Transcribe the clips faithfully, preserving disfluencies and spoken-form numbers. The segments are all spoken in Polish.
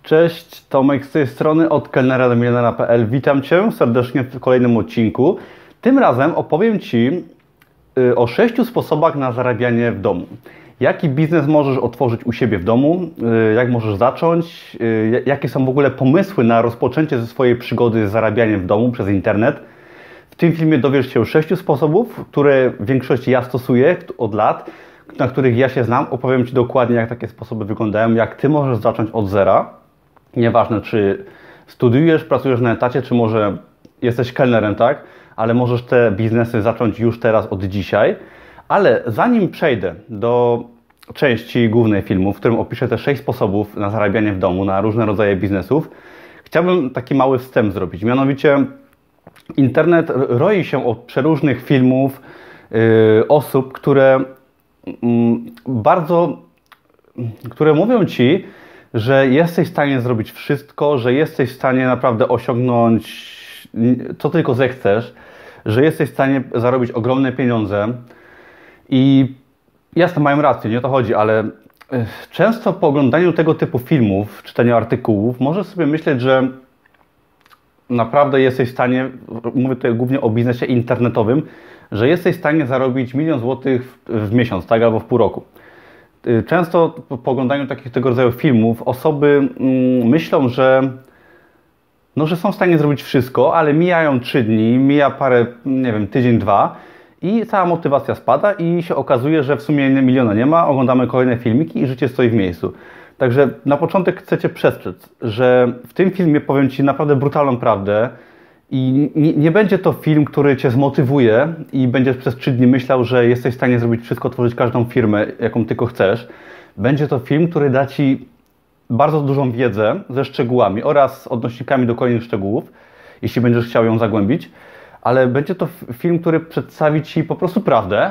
Cześć, Tomek z tej strony od kelnera do milionera kropka p l. Witam Cię serdecznie w kolejnym odcinku. Tym razem opowiem Ci o sześciu sposobach na zarabianie w domu. Jaki biznes możesz otworzyć u siebie w domu, jak możesz zacząć, jakie są w ogóle pomysły na rozpoczęcie ze swojej przygody z zarabianiem w domu przez internet. W tym filmie dowiesz się sześciu sposobów, które w większości ja stosuję od lat, na których ja się znam. Opowiem Ci dokładnie, jak takie sposoby wyglądają, jak Ty możesz zacząć od zera. Nieważne, czy studiujesz, pracujesz na etacie, czy może jesteś kelnerem, tak? Ale możesz te biznesy zacząć już teraz, od dzisiaj. Ale zanim przejdę do części głównej filmu, w którym opiszę te sześć sposobów na zarabianie w domu, na różne rodzaje biznesów, chciałbym taki mały wstęp zrobić. Mianowicie internet roi się od przeróżnych filmów, yy, osób, które yy, bardzo, które mówią Ci, że jesteś w stanie zrobić wszystko, że jesteś w stanie naprawdę osiągnąć co tylko zechcesz, że jesteś w stanie zarobić ogromne pieniądze i jasne, mają rację, nie o to chodzi, ale często po oglądaniu tego typu filmów, czytaniu artykułów, możesz sobie myśleć, że naprawdę jesteś w stanie, mówię tutaj głównie o biznesie internetowym, że jesteś w stanie zarobić milion złotych w, w miesiąc, tak, albo w pół roku. Często po oglądaniu takich tego rodzaju filmów osoby mm, myślą, że, no, że są w stanie zrobić wszystko, ale mijają trzy dni, mija parę, nie wiem, tydzień, dwa i cała motywacja spada i się okazuje, że w sumie miliona nie ma, oglądamy kolejne filmiki i życie stoi w miejscu. Także na początek chcę Cię przestrzec, że w tym filmie powiem Ci naprawdę brutalną prawdę i nie, nie będzie to film, który Cię zmotywuje i będziesz przez trzy dni myślał, że jesteś w stanie zrobić wszystko, tworzyć każdą firmę, jaką tylko chcesz. Będzie to film, który da Ci bardzo dużą wiedzę ze szczegółami oraz odnośnikami do kolejnych szczegółów, jeśli będziesz chciał ją zagłębić, ale będzie to film, który przedstawi Ci po prostu prawdę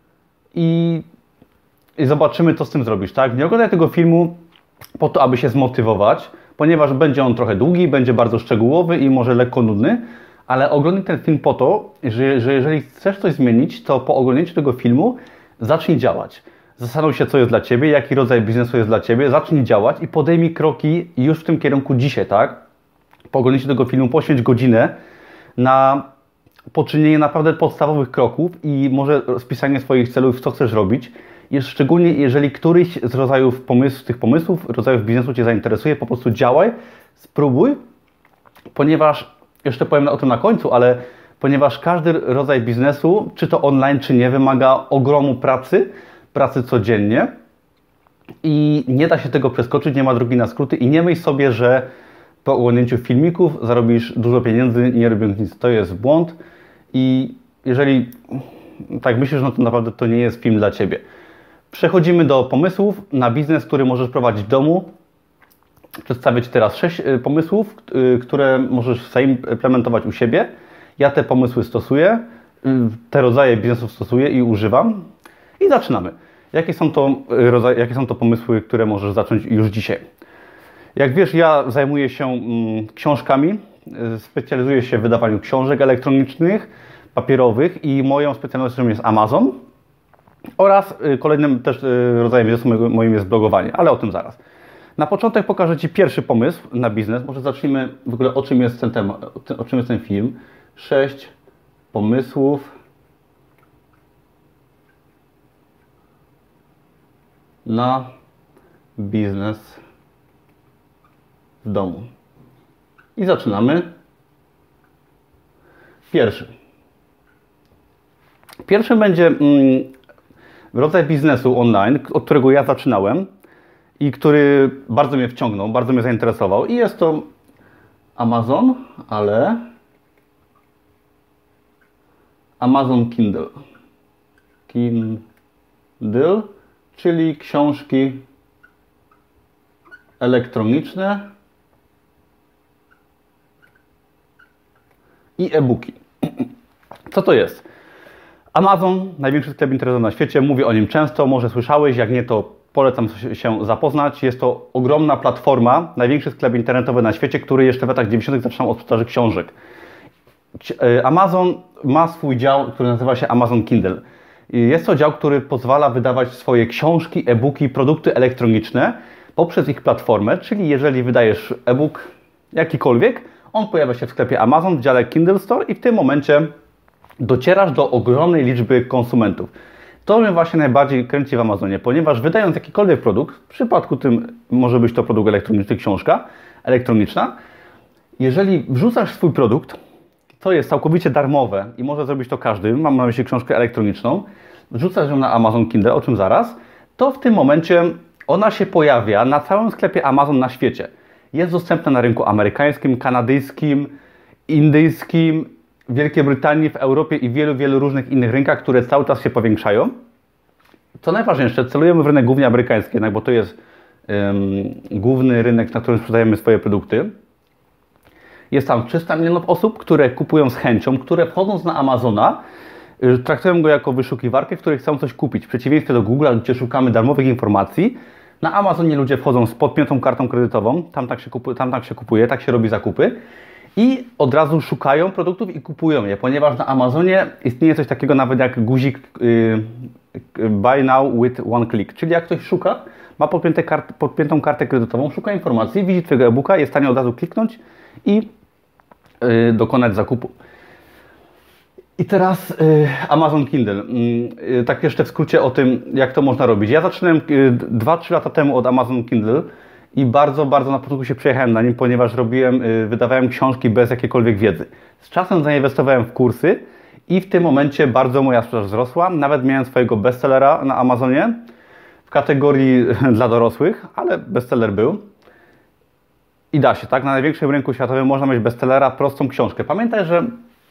i, i zobaczymy, co z tym zrobisz, tak? Nie oglądaj tego filmu po to, aby się zmotywować, ponieważ będzie on trochę długi, będzie bardzo szczegółowy i może lekko nudny, ale oglądaj ten film po to, że, że jeżeli chcesz coś zmienić, to po oglądnięciu tego filmu zacznij działać. Zastanów się, co jest dla Ciebie, jaki rodzaj biznesu jest dla Ciebie, zacznij działać i podejmij kroki już w tym kierunku dzisiaj, tak? Po oglądnięciu tego filmu poświęć godzinę na poczynienie naprawdę podstawowych kroków i może rozpisanie swoich celów, co chcesz robić. Jest szczególnie jeżeli któryś z rodzajów pomysłów, tych pomysłów, rodzajów biznesu Cię zainteresuje, po prostu działaj, spróbuj, ponieważ, jeszcze powiem o tym na końcu, ale ponieważ każdy rodzaj biznesu, czy to online, czy nie, wymaga ogromu pracy, pracy codziennie i nie da się tego przeskoczyć, nie ma drogi na skróty i nie myśl sobie, że po oglądnięciu filmików zarobisz dużo pieniędzy, nie robiąc nic. To jest błąd i jeżeli tak myślisz, no to naprawdę to nie jest film dla Ciebie. Przechodzimy do pomysłów na biznes, który możesz prowadzić w domu. Przedstawię Ci teraz sześć pomysłów, które możesz zaimplementować u siebie. Ja te pomysły stosuję, te rodzaje biznesów stosuję i używam. I zaczynamy. Jakie są to, jakie są to pomysły, które możesz zacząć już dzisiaj? Jak wiesz, ja zajmuję się książkami, specjalizuję się w wydawaniu książek elektronicznych, papierowych i moją specjalnością jest Amazon. Oraz kolejnym też rodzajem biznesu moim jest blogowanie, ale o tym zaraz. Na początek pokażę Ci pierwszy pomysł na biznes. Może zacznijmy w ogóle, o czym jest ten temat, o czym jest ten film. Sześć pomysłów na biznes w domu. I zaczynamy. Pierwszy. Pierwszym będzie mm, rodzaj biznesu online, od którego ja zaczynałem i który bardzo mnie wciągnął, bardzo mnie zainteresował i jest to Amazon, ale Amazon Kindle. Kindle, czyli książki elektroniczne i e-booki. Co to jest? Amazon, największy sklep internetowy na świecie, mówię o nim często, może słyszałeś, jak nie, to polecam się zapoznać. Jest to ogromna platforma, największy sklep internetowy na świecie, który jeszcze w latach dziewięćdziesiątych zaczynał od sprzedaży książek. Amazon ma swój dział, który nazywa się Amazon Kindle. Jest to dział, który pozwala wydawać swoje książki, e-booki, produkty elektroniczne poprzez ich platformę, czyli jeżeli wydajesz e-book jakikolwiek, on pojawia się w sklepie Amazon w dziale Kindle Store i w tym momencie docierasz do ogromnej liczby konsumentów. To mnie właśnie najbardziej kręci w Amazonie, ponieważ wydając jakikolwiek produkt, w przypadku tym może być to produkt elektroniczny, książka elektroniczna, jeżeli wrzucasz swój produkt, co jest całkowicie darmowe i może zrobić to każdy, mam na myśli książkę elektroniczną, wrzucasz ją na Amazon Kindle, o czym zaraz, to w tym momencie ona się pojawia na całym sklepie Amazon na świecie. Jest dostępna na rynku amerykańskim, kanadyjskim, indyjskim, w Wielkiej Brytanii, w Europie i wielu, wielu różnych innych rynkach, które cały czas się powiększają. Co najważniejsze, celujemy w rynek głównie amerykański, jednak, bo to jest um, główny rynek, na którym sprzedajemy swoje produkty. Jest tam trzysta milionów osób, które kupują z chęcią, które wchodząc na Amazona, traktują go jako wyszukiwarkę, w której chcą coś kupić. W przeciwieństwie do Google, gdzie szukamy darmowych informacji, na Amazonie ludzie wchodzą z podpiętą kartą kredytową, tam tak się kupuje, tam tak się kupuje, tak się robi zakupy i od razu szukają produktów i kupują je, ponieważ na Amazonie istnieje coś takiego nawet jak guzik yy, buy now with one click, czyli jak ktoś szuka, ma podpięte kart, podpiętą kartę kredytową, szuka informacji, widzi Twojego e-booka, jest w stanie od razu kliknąć i yy, dokonać zakupu. I teraz y, Amazon Kindle. Y, tak jeszcze w skrócie o tym, jak to można robić. Ja zaczynałem dwa trzy lata temu od Amazon Kindle i bardzo, bardzo na początku się przejechałem na nim, ponieważ robiłem, y, wydawałem książki bez jakiejkolwiek wiedzy. Z czasem zainwestowałem w kursy i w tym momencie bardzo moja sprzedaż wzrosła. Nawet miałem swojego bestsellera na Amazonie w kategorii dla dorosłych, ale bestseller był. I da się, tak? Na największym rynku światowym można mieć bestsellera, prostą książkę. Pamiętaj, że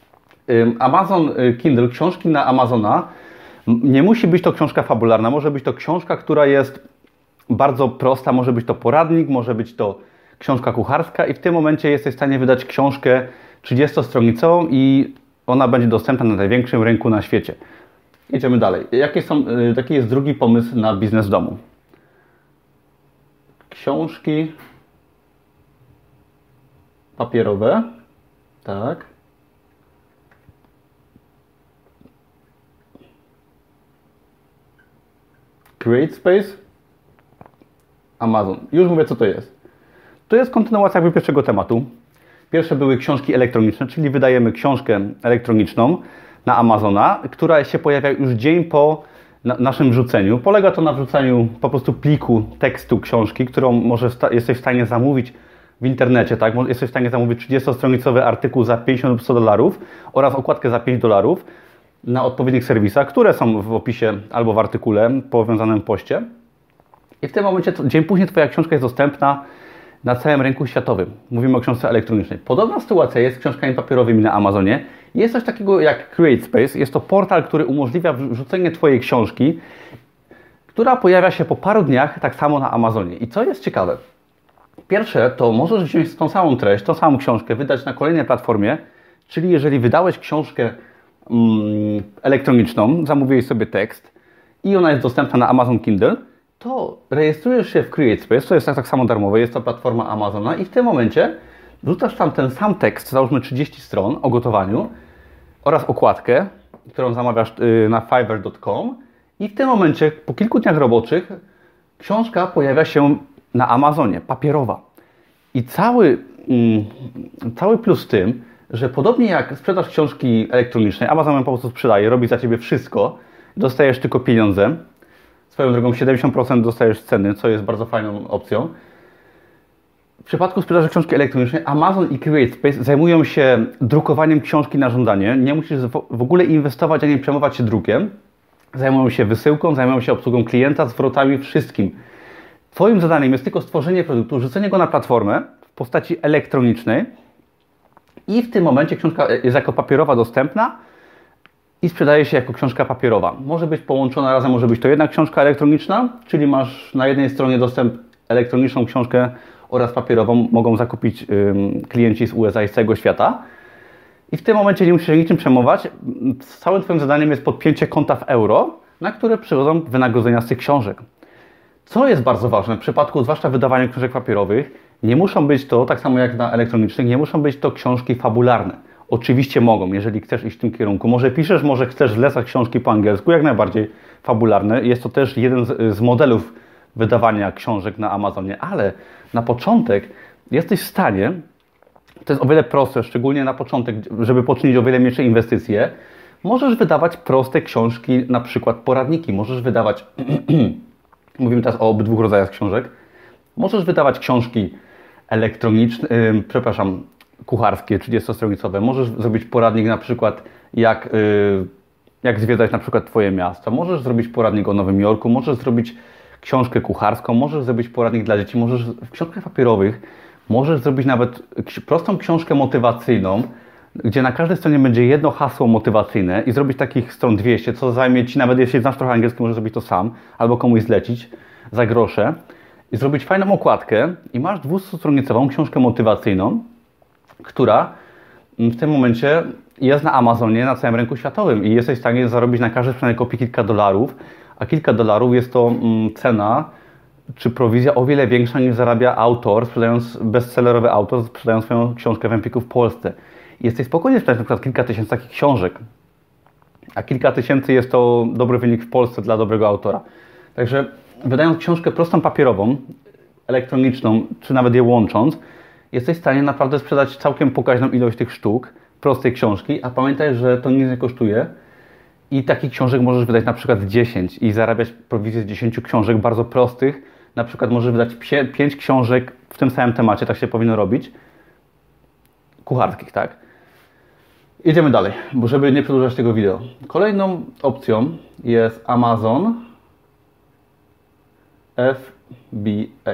Amazon Kindle, książki na Amazona, nie musi być to książka fabularna, może być to książka, która jest bardzo prosta, może być to poradnik, może być to książka kucharska i w tym momencie jesteś w stanie wydać książkę trzydziestostronicową i ona będzie dostępna na największym rynku na świecie. Idziemy dalej. Jakie są, jaki jest drugi pomysł na biznes w domu? Książki papierowe, tak. CreateSpace, Amazon. Już mówię, co to jest. To jest kontynuacja jakby pierwszego tematu. Pierwsze były książki elektroniczne, czyli wydajemy książkę elektroniczną na Amazona, która się pojawia już dzień po na naszym wrzuceniu. Polega to na wrzuceniu po prostu pliku tekstu książki, którą może jesteś w stanie zamówić w internecie, tak? Jesteś w stanie zamówić trzydziestostronicowy artykuł za pięćdziesiąt lub sto dolarów oraz okładkę za pięć dolarów. Na odpowiednich serwisach, które są w opisie albo w artykule powiązanym w poście. I w tym momencie, dzień później Twoja książka jest dostępna na całym rynku światowym. Mówimy o książce elektronicznej. Podobna sytuacja jest z książkami papierowymi na Amazonie. Jest coś takiego jak CreateSpace. Jest to portal, który umożliwia wrzucenie Twojej książki, która pojawia się po paru dniach tak samo na Amazonie. I co jest ciekawe? Pierwsze, to możesz wziąć tą samą treść, tą samą książkę, wydać na kolejnej platformie, czyli jeżeli wydałeś książkę elektroniczną, zamówiłeś sobie tekst i ona jest dostępna na Amazon Kindle, to rejestrujesz się w CreateSpace, to jest tak, tak samo darmowe, jest to platforma Amazona i w tym momencie wrzucasz tam ten sam tekst, załóżmy trzydzieści stron o gotowaniu oraz okładkę, którą zamawiasz na fiverr kropka com i w tym momencie po kilku dniach roboczych książka pojawia się na Amazonie, papierowa. I cały, cały plus w tym, że podobnie jak sprzedaż książki elektronicznej, Amazon ją po prostu sprzedaje, robi za Ciebie wszystko, dostajesz tylko pieniądze. Swoją drogą siedemdziesiąt procent dostajesz z ceny, co jest bardzo fajną opcją. W przypadku sprzedaży książki elektronicznej Amazon i CreateSpace zajmują się drukowaniem książki na żądanie. Nie musisz w ogóle inwestować ani przejmować się drukiem. Zajmują się wysyłką, zajmują się obsługą klienta, zwrotami, wszystkim. Twoim zadaniem jest tylko stworzenie produktu, rzucenie go na platformę w postaci elektronicznej i w tym momencie książka jest jako papierowa dostępna i sprzedaje się jako książka papierowa. Może być połączona razem, może być to jedna książka elektroniczna, czyli masz na jednej stronie dostęp elektroniczną książkę oraz papierową, mogą zakupić ym, klienci z U S A i z całego świata. I w tym momencie nie musisz się niczym przejmować. Całym Twoim zadaniem jest podpięcie konta w euro, na które przychodzą wynagrodzenia z tych książek. Co jest bardzo ważne w przypadku zwłaszcza wydawania książek papierowych, nie muszą być to, tak samo jak na elektronicznych, nie muszą być to książki fabularne. Oczywiście mogą, jeżeli chcesz iść w tym kierunku. Może piszesz, może chcesz zlecać książki po angielsku, jak najbardziej fabularne. Jest to też jeden z, z modelów wydawania książek na Amazonie, ale na początek jesteś w stanie, to jest o wiele prostsze, szczególnie na początek, żeby poczynić o wiele mniejsze inwestycje, możesz wydawać proste książki, na przykład poradniki, możesz wydawać, mówimy teraz o obydwu rodzajach książek, możesz wydawać książki elektroniczne, yy, przepraszam, kucharskie, trzydziestostronicowe, możesz zrobić poradnik na przykład jak, yy, jak zwiedzać na przykład Twoje miasto, możesz zrobić poradnik o Nowym Jorku, możesz zrobić książkę kucharską, możesz zrobić poradnik dla dzieci, możesz w książkach papierowych, możesz zrobić nawet prostą książkę motywacyjną, gdzie na każdej stronie będzie jedno hasło motywacyjne i zrobić takich stron dwieście, co zajmie Ci, nawet jeśli znasz trochę angielski, możesz zrobić to sam, albo komuś zlecić za grosze i zrobić fajną okładkę i masz dwustostronicową książkę motywacyjną, która w tym momencie jest na Amazonie, na całym rynku światowym i jesteś w stanie zarobić na każdej stronie kopii kilka dolarów, a kilka dolarów jest to mm, cena czy prowizja o wiele większa niż zarabia autor, sprzedając, bestsellerowy autor, sprzedając swoją książkę w Empiku w Polsce. I jesteś spokojnie sprzedać na przykład kilka tysięcy takich książek, a kilka tysięcy jest to dobry wynik w Polsce dla dobrego autora. Także wydając książkę prostą papierową, elektroniczną, czy nawet je łącząc, jesteś w stanie naprawdę sprzedać całkiem pokaźną ilość tych sztuk, prostej książki, a pamiętaj, że to nic nie kosztuje i takich książek możesz wydać na przykład dziesięć i zarabiać prowizję z dziesięciu książek bardzo prostych. Na przykład możesz wydać pięć książek w tym samym temacie, tak się powinno robić, kucharskich, tak? Jedziemy dalej, bo żeby nie przedłużać tego wideo. Kolejną opcją jest Amazon F B A.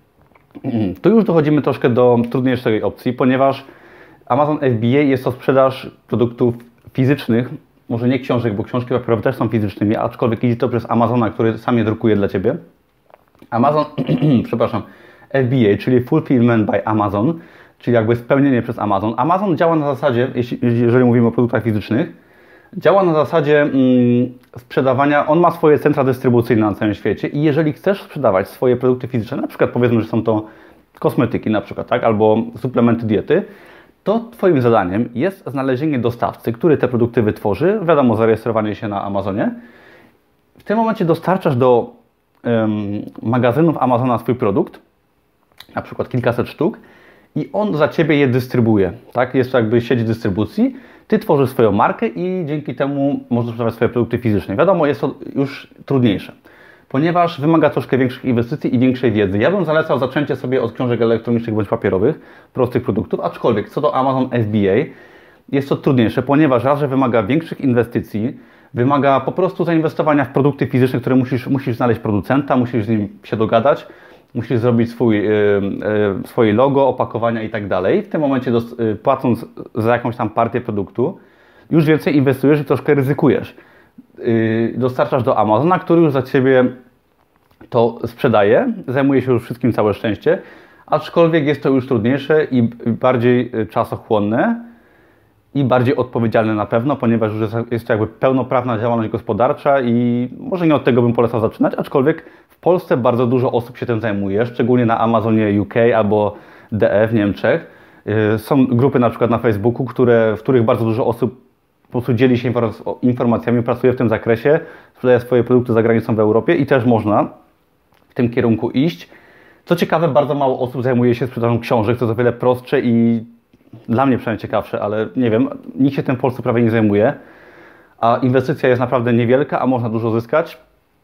Tu już dochodzimy troszkę do trudniejszej opcji, ponieważ Amazon F B A jest to sprzedaż produktów fizycznych, może nie książek, bo książki papierowe też są fizycznymi, aczkolwiek idzie to przez Amazona, który sam je drukuje dla Ciebie. Amazon, przepraszam, F B A, czyli Fulfillment by Amazon, czyli jakby spełnienie przez Amazon. Amazon działa na zasadzie, jeśli, jeżeli mówimy o produktach fizycznych, działa na zasadzie mm, sprzedawania, on ma swoje centra dystrybucyjne na całym świecie i jeżeli chcesz sprzedawać swoje produkty fizyczne, na przykład powiedzmy, że są to kosmetyki na przykład, tak, albo suplementy diety, to Twoim zadaniem jest znalezienie dostawcy, który te produkty wytworzy, wiadomo, zarejestrowanie się na Amazonie. W tym momencie dostarczasz do um, magazynów Amazona swój produkt, na przykład kilkaset sztuk, i on za Ciebie je dystrybuuje. Tak? Jest to jakby sieć dystrybucji. Ty tworzysz swoją markę i dzięki temu możesz sprzedawać swoje produkty fizyczne. Wiadomo, jest to już trudniejsze, ponieważ wymaga troszkę większych inwestycji i większej wiedzy. Ja bym zalecał zaczęcie sobie od książek elektronicznych bądź papierowych, prostych produktów, aczkolwiek co do Amazon F B A jest to trudniejsze, ponieważ raz, że wymaga większych inwestycji, wymaga po prostu zainwestowania w produkty fizyczne, które musisz, musisz znaleźć producenta, musisz z nim się dogadać, musisz zrobić swój, yy, yy, swoje logo, opakowania i tak dalej. W tym momencie dos, yy, płacąc za jakąś tam partię produktu, już więcej inwestujesz i troszkę ryzykujesz. Yy, dostarczasz do Amazona, który już za Ciebie to sprzedaje, zajmuje się już wszystkim, całe szczęście, aczkolwiek jest to już trudniejsze i bardziej czasochłonne i bardziej odpowiedzialne na pewno, ponieważ już jest, jest to jakby pełnoprawna działalność gospodarcza i może nie od tego bym polecał zaczynać, aczkolwiek w Polsce bardzo dużo osób się tym zajmuje, szczególnie na Amazonie U K albo D E w Niemczech. Są grupy na przykład na Facebooku, które, w których bardzo dużo osób po prostu dzieli się informacjami, pracuje w tym zakresie, sprzedaje swoje produkty za granicą w Europie i też można w tym kierunku iść. Co ciekawe, bardzo mało osób zajmuje się sprzedażą książek, to jest o wiele prostsze i dla mnie przynajmniej ciekawsze, ale nie wiem, nikt się tym w Polsce prawie nie zajmuje, a inwestycja jest naprawdę niewielka, a można dużo zyskać.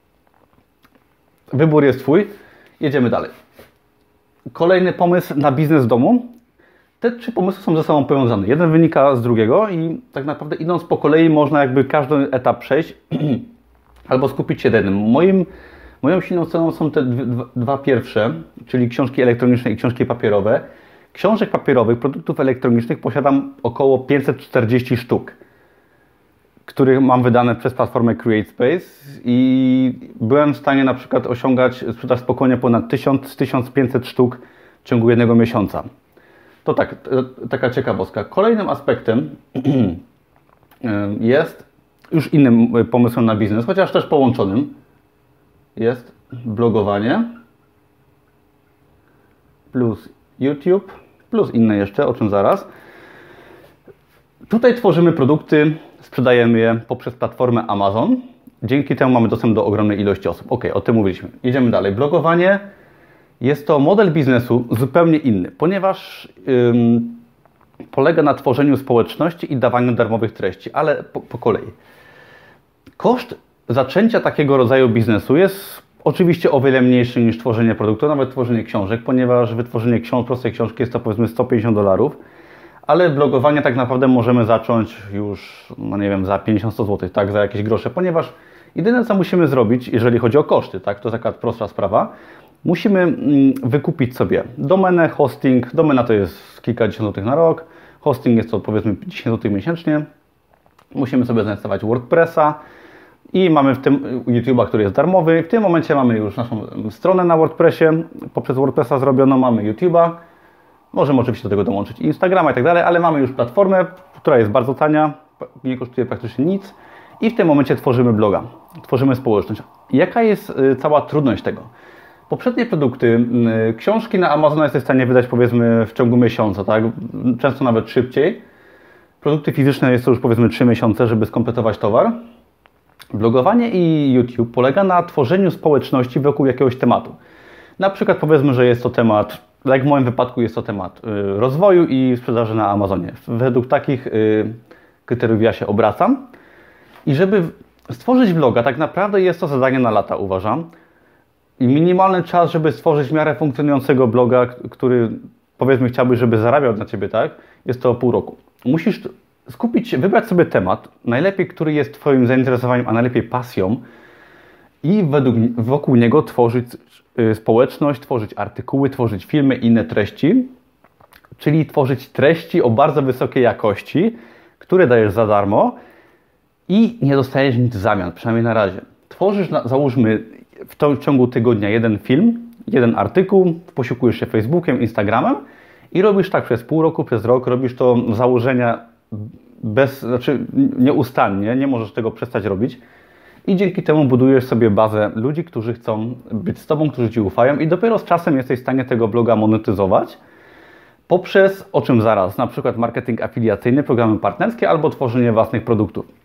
Wybór jest Twój. Jedziemy dalej. Kolejny pomysł na biznes w domu. Te trzy pomysły są ze sobą powiązane. Jeden wynika z drugiego i tak naprawdę idąc po kolei można jakby każdy etap przejść albo skupić się na jednym. Moim, moją silną stroną są te dwa, dwa pierwsze, czyli książki elektroniczne i książki papierowe. Książek papierowych, produktów elektronicznych posiadam około pięćset czterdzieści sztuk, których mam wydane przez platformę CreateSpace i byłem w stanie na przykład osiągać sprzedaż spokojnie ponad tysiąc do tysiąc pięciuset sztuk w ciągu jednego miesiąca. To tak, taka ciekawostka. Kolejnym aspektem jest już innym pomysłem na biznes, chociaż też połączonym, jest blogowanie plus YouTube plus inne jeszcze, o czym zaraz. Tutaj tworzymy produkty, sprzedajemy je poprzez platformę Amazon dzięki temu mamy dostęp do ogromnej ilości osób. Ok, o tym mówiliśmy. Jedziemy dalej. Blogowanie jest to model biznesu zupełnie inny, ponieważ ym, polega na tworzeniu społeczności i dawaniu darmowych treści, ale po, po kolei. Koszt zaczęcia takiego rodzaju biznesu jest oczywiście o wiele mniejszy niż tworzenie produktu, nawet tworzenie książek, ponieważ wytworzenie książ prostej książki jest to powiedzmy sto pięćdziesiąt dolarów, ale blogowanie tak naprawdę możemy zacząć już, no nie wiem, za pięćdziesiąt do stu złotych, tak, za jakieś grosze, ponieważ jedyne co musimy zrobić, jeżeli chodzi o koszty, tak, to taka prosta sprawa, musimy wykupić sobie domenę, hosting, domena to jest kilkadziesiąt złotych na rok, hosting jest to powiedzmy dziesięć złotych miesięcznie, musimy sobie zainstalować WordPressa i mamy w tym YouTube'a, który jest darmowy. W tym momencie mamy już naszą stronę na WordPressie, poprzez WordPressa zrobioną, mamy YouTube'a, możemy oczywiście do tego dołączyć Instagrama i tak dalej, ale mamy już platformę, która jest bardzo tania, nie kosztuje praktycznie nic i w tym momencie tworzymy bloga, tworzymy społeczność. Jaka jest cała trudność tego? Poprzednie produkty, książki na Amazona jesteś w stanie wydać powiedzmy w ciągu miesiąca, tak? Często nawet szybciej. Produkty fizyczne jest to już powiedzmy trzy miesiące, żeby skompletować towar. Blogowanie i YouTube polega na tworzeniu społeczności wokół jakiegoś tematu. Na przykład powiedzmy, że jest to temat, jak w moim wypadku jest to temat rozwoju i sprzedaży na Amazonie. Według takich kryteriów ja się obracam. I żeby stworzyć bloga, tak naprawdę jest to zadanie na lata, uważam. I minimalny czas, żeby stworzyć w miarę funkcjonującego bloga, który powiedzmy chciałbyś, żeby zarabiał dla Ciebie, tak? Jest to pół roku. Musisz skupić się, wybrać sobie temat, najlepiej, który jest Twoim zainteresowaniem, a najlepiej pasją i według, wokół niego tworzyć społeczność, tworzyć artykuły, tworzyć filmy i inne treści, czyli tworzyć treści o bardzo wysokiej jakości, które dajesz za darmo i nie dostajesz nic w zamian, przynajmniej na razie. Tworzysz, załóżmy, w, to, w ciągu tygodnia jeden film, jeden artykuł, posiłkujesz się Facebookiem, Instagramem i robisz tak przez pół roku, przez rok, robisz to z założenia bez, znaczy nieustannie, nie możesz tego przestać robić i dzięki temu budujesz sobie bazę ludzi, którzy chcą być z Tobą, którzy Ci ufają i dopiero z czasem jesteś w stanie tego bloga monetyzować poprzez, o czym zaraz, na przykład marketing afiliacyjny, programy partnerskie albo tworzenie własnych produktów.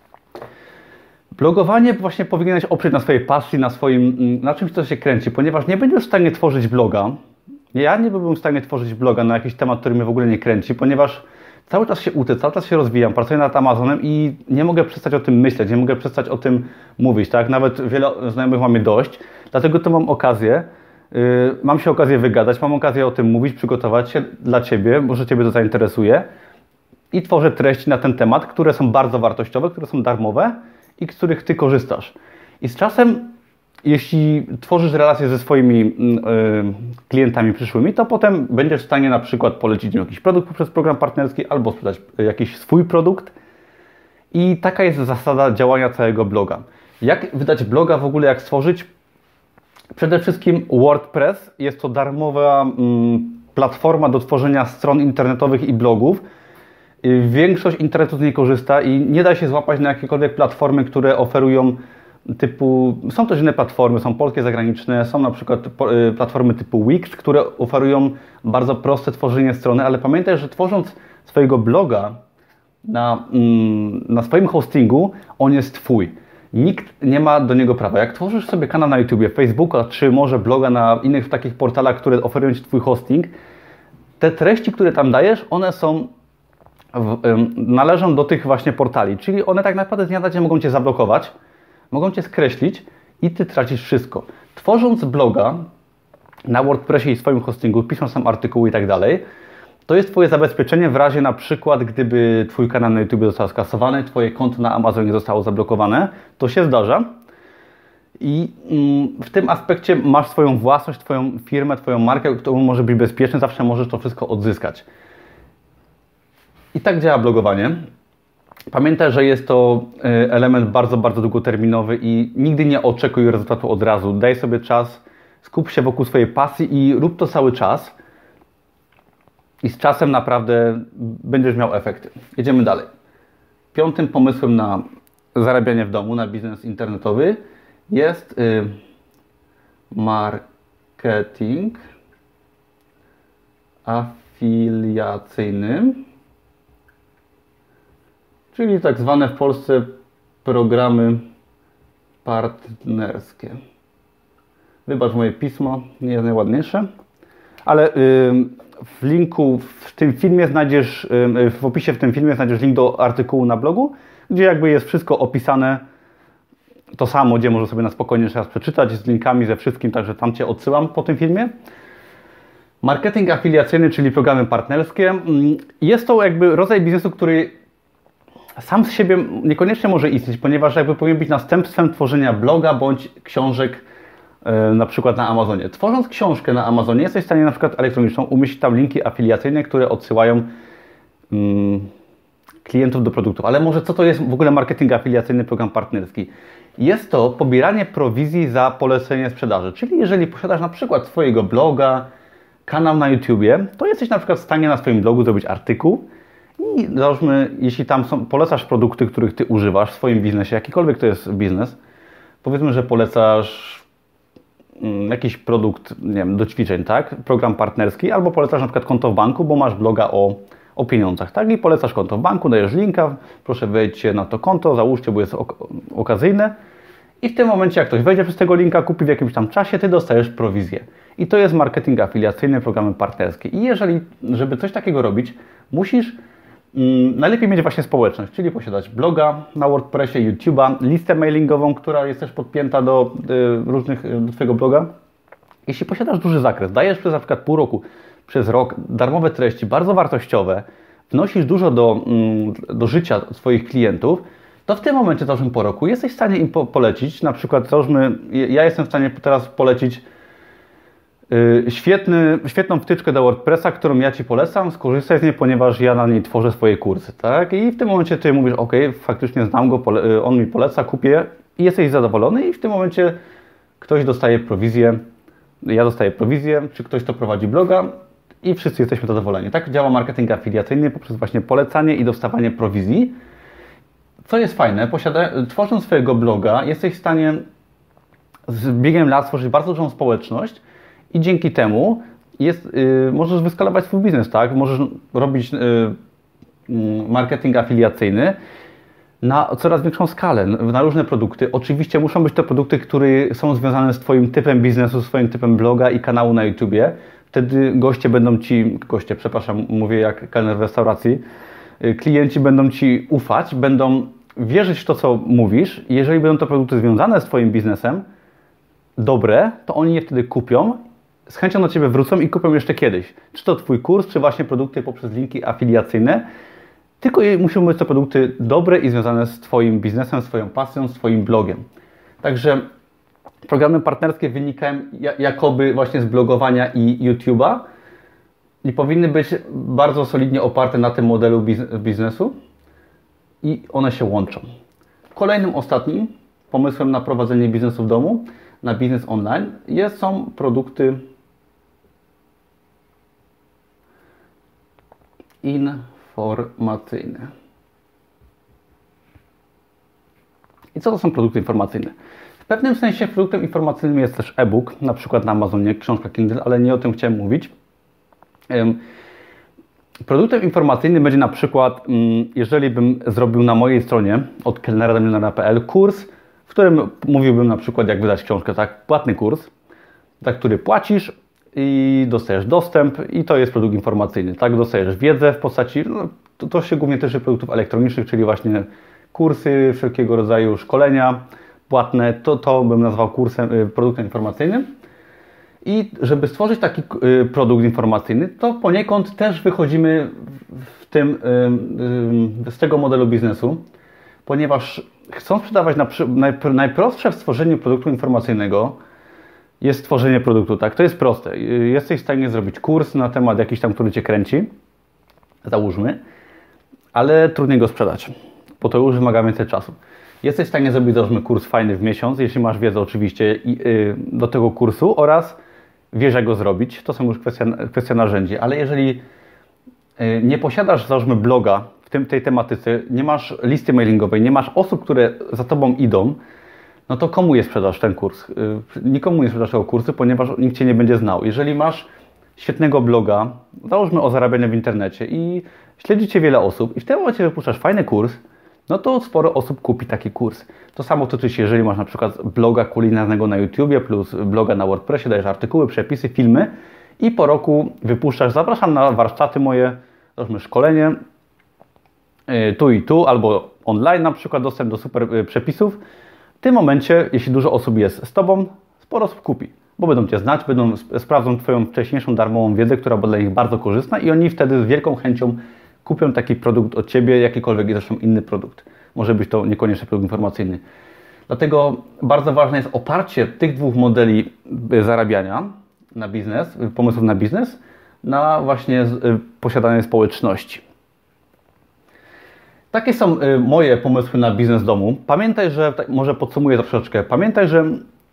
Blogowanie właśnie powinieneś oprzeć na swojej pasji, na swoim, na czymś, co się kręci, ponieważ nie będziesz w stanie tworzyć bloga. Ja nie byłbym w stanie tworzyć bloga na jakiś temat, który mnie w ogóle nie kręci, ponieważ cały czas się uczę, cały czas się rozwijam, pracuję nad Amazonem i nie mogę przestać o tym myśleć, nie mogę przestać o tym mówić, tak? Nawet wiele znajomych mamy dość, dlatego to mam okazję, yy, mam się okazję wygadać, mam okazję o tym mówić, przygotować się dla Ciebie, może Ciebie to zainteresuje i tworzę treści na ten temat, które są bardzo wartościowe, które są darmowe i z których Ty korzystasz. I z czasem, jeśli tworzysz relacje ze swoimi yy, klientami przyszłymi, to potem będziesz w stanie na przykład polecić im jakiś produkt poprzez program partnerski albo sprzedać jakiś swój produkt. I taka jest zasada działania całego bloga. Jak wydać bloga w ogóle, jak stworzyć? Przede wszystkim WordPress jest to darmowa yy, platforma do tworzenia stron internetowych i blogów. Większość internetu z niej korzysta i nie da się złapać na jakiekolwiek platformy, które oferują typu... Są też inne platformy, są polskie, zagraniczne, są na przykład platformy typu Wix, które oferują bardzo proste tworzenie strony, ale pamiętaj, że tworząc swojego bloga na, na swoim hostingu, on jest Twój. Nikt nie ma do niego prawa. Jak tworzysz sobie kanał na YouTubie, Facebooka, czy może bloga na innych takich portalach, które oferują Ci Twój hosting, te treści, które tam dajesz, one są należą do tych właśnie portali, czyli one tak naprawdę z dnia na dzień mogą Cię zablokować, mogą Cię skreślić i Ty tracisz wszystko. Tworząc bloga na WordPressie i swoim hostingu, pisząc tam artykuły i tak dalej, to jest Twoje zabezpieczenie w razie na przykład, gdyby Twój kanał na YouTube został skasowany, Twoje konto na Amazonie zostało zablokowane, to się zdarza i w tym aspekcie masz swoją własność, Twoją firmę, Twoją markę, którą może być bezpieczny, zawsze możesz to wszystko odzyskać. I tak działa blogowanie. Pamiętaj, że jest to element bardzo, bardzo długoterminowy i nigdy nie oczekuj rezultatu od razu. Daj sobie czas, skup się wokół swojej pasji i rób to cały czas. I z czasem naprawdę będziesz miał efekty. Jedziemy dalej. Piątym pomysłem na zarabianie w domu, na biznes internetowy jest marketing afiliacyjny. Czyli tak zwane w Polsce programy partnerskie. Wybacz, moje pismo nie jest najładniejsze, ale w linku w tym filmie znajdziesz, w opisie w tym filmie znajdziesz link do artykułu na blogu, gdzie jakby jest wszystko opisane, to samo, gdzie możesz sobie na spokojnie jeszcze raz przeczytać z linkami ze wszystkim, także tam Cię odsyłam po tym filmie. Marketing afiliacyjny, czyli programy partnerskie. Jest to jakby rodzaj biznesu, który sam z siebie niekoniecznie może istnieć, ponieważ jakby powinien być następstwem tworzenia bloga bądź książek na przykład na Amazonie. Tworząc książkę na Amazonie jesteś w stanie na przykład elektroniczną umieścić tam linki afiliacyjne, które odsyłają mm, klientów do produktów. Ale może co to jest w ogóle marketing afiliacyjny, program partnerski? Jest to pobieranie prowizji za polecenie sprzedaży. Czyli jeżeli posiadasz na przykład swojego bloga, kanał na YouTubie, to jesteś na przykład w stanie na swoim blogu zrobić artykuł i załóżmy, jeśli tam są, polecasz produkty, których Ty używasz w swoim biznesie, jakikolwiek to jest biznes, powiedzmy, że polecasz mm, jakiś produkt, nie wiem, do ćwiczeń, tak? Program partnerski, albo polecasz na przykład konto w banku, bo masz bloga o, o pieniądzach, tak? I polecasz konto w banku, dajesz linka, proszę wejdźcie na to konto, załóżcie, bo jest ok okazyjne. I w tym momencie, jak ktoś wejdzie przez tego linka, kupi w jakimś tam czasie, Ty dostajesz prowizję. I to jest marketing afiliacyjny, programy partnerskie. I jeżeli, żeby coś takiego robić, musisz mm, najlepiej mieć właśnie społeczność, czyli posiadać bloga na WordPressie, YouTube'a, listę mailingową, która jest też podpięta do y, różnych, y, do Twojego bloga. Jeśli posiadasz duży zakres, dajesz przez na przykład pół roku, przez rok darmowe treści, bardzo wartościowe, wnosisz dużo do, mm, do życia swoich klientów, to w tym momencie, załóżmy po roku, jesteś w stanie im po polecić, na przykład, załóżmy, ja jestem w stanie teraz polecić yy, świetny, świetną wtyczkę do WordPressa, którą ja Ci polecam, skorzystaj z niej, ponieważ ja na niej tworzę swoje kursy, tak? I w tym momencie Ty mówisz, ok, faktycznie znam go, on mi poleca, kupię i jesteś zadowolony i w tym momencie ktoś dostaje prowizję, ja dostaję prowizję, czy ktoś to prowadzi bloga i wszyscy jesteśmy zadowoleni. Tak działa marketing afiliacyjny poprzez właśnie polecanie i dostawanie prowizji. Co jest fajne, posiada, tworząc swojego bloga, jesteś w stanie z biegiem lat stworzyć bardzo dużą społeczność i dzięki temu jest, yy, możesz wyskalować swój biznes, tak? Możesz robić yy, yy, marketing afiliacyjny na coraz większą skalę, na różne produkty. Oczywiście muszą być to produkty, które są związane z Twoim typem biznesu, swoim typem bloga i kanału na YouTubie. Wtedy goście będą Ci, goście, przepraszam, mówię jak kelner w restauracji, klienci będą Ci ufać, będą wierzyć w to, co mówisz. Jeżeli będą to produkty związane z Twoim biznesem, dobre, to oni je wtedy kupią, z chęcią do Ciebie wrócą i kupią jeszcze kiedyś. Czy to Twój kurs, czy właśnie produkty poprzez linki afiliacyjne. Tylko muszą być to produkty dobre i związane z Twoim biznesem, swoją pasją, z Twoim blogiem. Także programy partnerskie wynikają jakoby właśnie z blogowania i YouTube'a i powinny być bardzo solidnie oparte na tym modelu biznesu i one się łączą. Kolejnym, ostatnim pomysłem na prowadzenie biznesu w domu, na biznes online jest, są produkty informacyjne. I co to są produkty informacyjne? W pewnym sensie produktem informacyjnym jest też e-book, na przykład na Amazonie, książka Kindle, ale nie o tym chciałem mówić. Produktem informacyjnym będzie na przykład, jeżeli bym zrobił na mojej stronie od kelnera do milionera kropka p l kurs, w którym mówiłbym na przykład, jak wydać książkę, tak, płatny kurs, za który płacisz i dostajesz dostęp i to jest produkt informacyjny, tak, dostajesz wiedzę w postaci, no, to, to się głównie tyczy produktów elektronicznych, czyli właśnie kursy, wszelkiego rodzaju szkolenia płatne, to, to bym nazwał kursem, produktem informacyjnym. I żeby stworzyć taki produkt informacyjny, to poniekąd też wychodzimy w tym, z tego modelu biznesu, ponieważ chcąc sprzedawać, najprostsze w stworzeniu produktu informacyjnego jest stworzenie produktu, tak? To jest proste. Jesteś w stanie zrobić kurs na temat jakiś tam, który Cię kręci, załóżmy, ale trudniej go sprzedać, bo to już wymaga więcej czasu. Jesteś w stanie zrobić, załóżmy, kurs fajny w miesiąc, jeśli masz wiedzę oczywiście do tego kursu oraz wiesz, jak go zrobić, to są już kwestia, kwestia narzędzi, ale jeżeli nie posiadasz, załóżmy, bloga w tym, tej tematyce, nie masz listy mailingowej, nie masz osób, które za Tobą idą, no to komu je sprzedasz ten kurs? Nikomu nie sprzedasz tego kursu, ponieważ nikt Cię nie będzie znał. Jeżeli masz świetnego bloga, załóżmy o zarabianiu w internecie i śledzi Cię wiele osób i w tym momencie wypuszczasz fajny kurs, no to sporo osób kupi taki kurs. To samo tyczy się, jeżeli masz na przykład bloga kulinarnego na YouTubie plus bloga na WordPressie, dajesz artykuły, przepisy, filmy i po roku wypuszczasz, zapraszam na warsztaty moje, załóżmy szkolenie, tu i tu, albo online na przykład, dostęp do super przepisów. W tym momencie, jeśli dużo osób jest z Tobą, sporo osób kupi, bo będą Cię znać, będą, sprawdzą Twoją wcześniejszą darmową wiedzę, która była dla nich bardzo korzystna i oni wtedy z wielką chęcią kupią taki produkt od Ciebie, jakikolwiek zresztą inny produkt. Może być to niekoniecznie produkt informacyjny. Dlatego bardzo ważne jest oparcie tych dwóch modeli zarabiania na biznes, pomysłów na biznes, na właśnie posiadanej społeczności. Takie są moje pomysły na biznes domu. Pamiętaj, że, może podsumuję troszeczkę, pamiętaj, że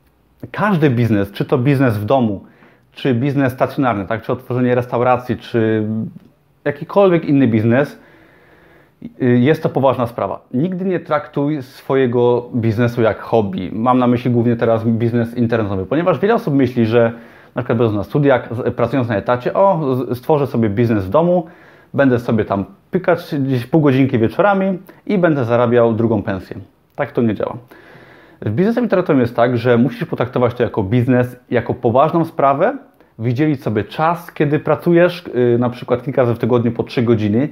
każdy biznes, czy to biznes w domu, czy biznes stacjonarny, tak, czy otworzenie restauracji, czy jakikolwiek inny biznes, jest to poważna sprawa. Nigdy nie traktuj swojego biznesu jak hobby. Mam na myśli głównie teraz biznes internetowy, ponieważ wiele osób myśli, że na przykład będąc na studiach, pracując na etacie, o, stworzę sobie biznes w domu, będę sobie tam pykać gdzieś pół godzinki wieczorami i będę zarabiał drugą pensję. Tak to nie działa. Z biznesem internetowym jest tak, że musisz potraktować to jako biznes, jako poważną sprawę, wydzielić sobie czas, kiedy pracujesz, na przykład kilka razy w tygodniu po trzy godziny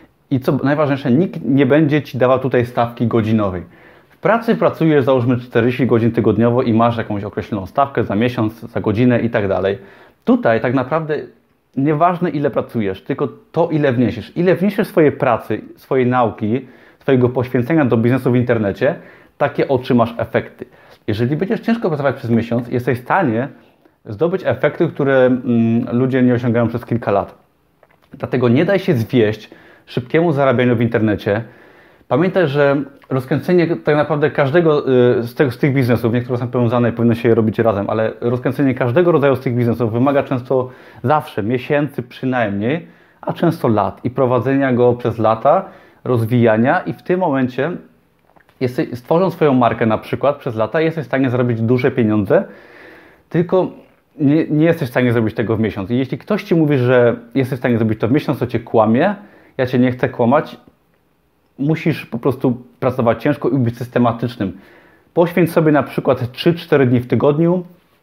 i co najważniejsze, nikt nie będzie Ci dawał tutaj stawki godzinowej. W pracy pracujesz załóżmy czterdzieści godzin tygodniowo i masz jakąś określoną stawkę za miesiąc, za godzinę i tak dalej. Tutaj tak naprawdę nieważne ile pracujesz, tylko to ile wniesiesz. Ile wniesiesz swojej pracy, swojej nauki, swojego poświęcenia do biznesu w internecie, takie otrzymasz efekty. Jeżeli będziesz ciężko pracować przez miesiąc, jesteś w stanie zdobyć efekty, które mm, ludzie nie osiągają przez kilka lat. Dlatego nie daj się zwieść szybkiemu zarabianiu w internecie. Pamiętaj, że rozkręcenie tak naprawdę każdego z tych, z tych biznesów, niektóre są powiązane i powinno się je robić razem, ale rozkręcenie każdego rodzaju z tych biznesów wymaga często zawsze miesięcy przynajmniej, a często lat i prowadzenia go przez lata, rozwijania i w tym momencie jesteś, stworząc swoją markę na przykład przez lata, jesteś w stanie zarobić duże pieniądze, tylko nie, nie jesteś w stanie zrobić tego w miesiąc. I jeśli ktoś Ci mówi, że jesteś w stanie zrobić to w miesiąc, to Cię kłamie, ja Cię nie chcę kłamać, musisz po prostu pracować ciężko i być systematycznym. Poświęć sobie na przykład trzy cztery dni w tygodniu,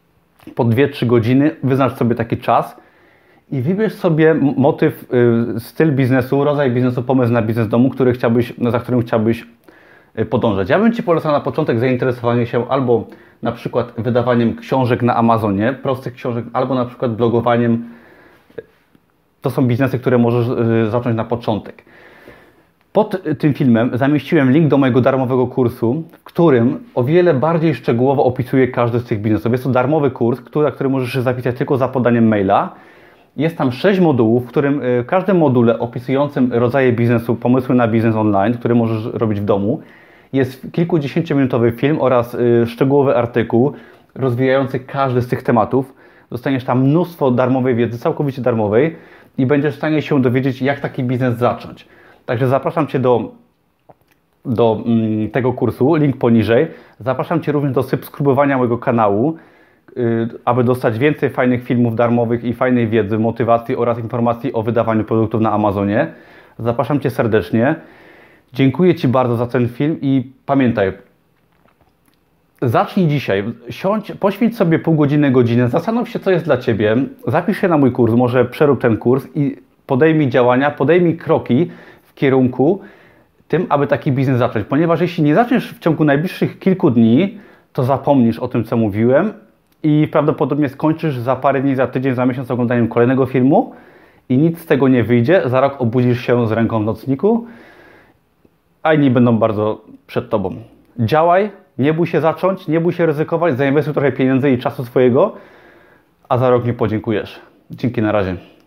po dwie trzy godziny, wyznacz sobie taki czas i wybierz sobie motyw, styl biznesu, rodzaj biznesu, pomysł na biznes domu, który chciałbyś, za którym chciałbyś podążać. Ja bym Ci polecał na początek zainteresowanie się albo na przykład wydawaniem książek na Amazonie, prostych książek, albo na przykład blogowaniem. To są biznesy, które możesz zacząć na początek. Pod tym filmem zamieściłem link do mojego darmowego kursu, w którym o wiele bardziej szczegółowo opisuję każdy z tych biznesów. Jest to darmowy kurs, który, który możesz się zapisać tylko za podaniem maila. Jest tam sześć modułów, w którym w każdym module opisującym rodzaje biznesu, pomysły na biznes online, który możesz robić w domu, jest kilkudziesięciominutowy film oraz szczegółowy artykuł rozwijający każdy z tych tematów. Dostaniesz tam mnóstwo darmowej wiedzy, całkowicie darmowej i będziesz w stanie się dowiedzieć, jak taki biznes zacząć. Także zapraszam Cię do, do mm, tego kursu, link poniżej. Zapraszam Cię również do subskrybowania mojego kanału, yy, aby dostać więcej fajnych filmów darmowych i fajnej wiedzy, motywacji oraz informacji o wydawaniu produktów na Amazonie. Zapraszam Cię serdecznie. Dziękuję Ci bardzo za ten film i pamiętaj, zacznij dzisiaj, siądź, poświęć sobie pół godziny, godzinę, zastanów się, co jest dla Ciebie, zapisz się na mój kurs, może przerób ten kurs i podejmij działania, podejmij kroki w kierunku tym, aby taki biznes zacząć. Ponieważ jeśli nie zaczniesz w ciągu najbliższych kilku dni, to zapomnisz o tym, co mówiłem i prawdopodobnie skończysz za parę dni, za tydzień, za miesiąc oglądaniem kolejnego filmu i nic z tego nie wyjdzie. Za rok obudzisz się z ręką w nocniku, a inni będą bardzo przed Tobą. Działaj, nie bój się zacząć, nie bój się ryzykować, zainwestuj trochę pieniędzy i czasu swojego, a za rok nie podziękujesz. Dzięki, na razie.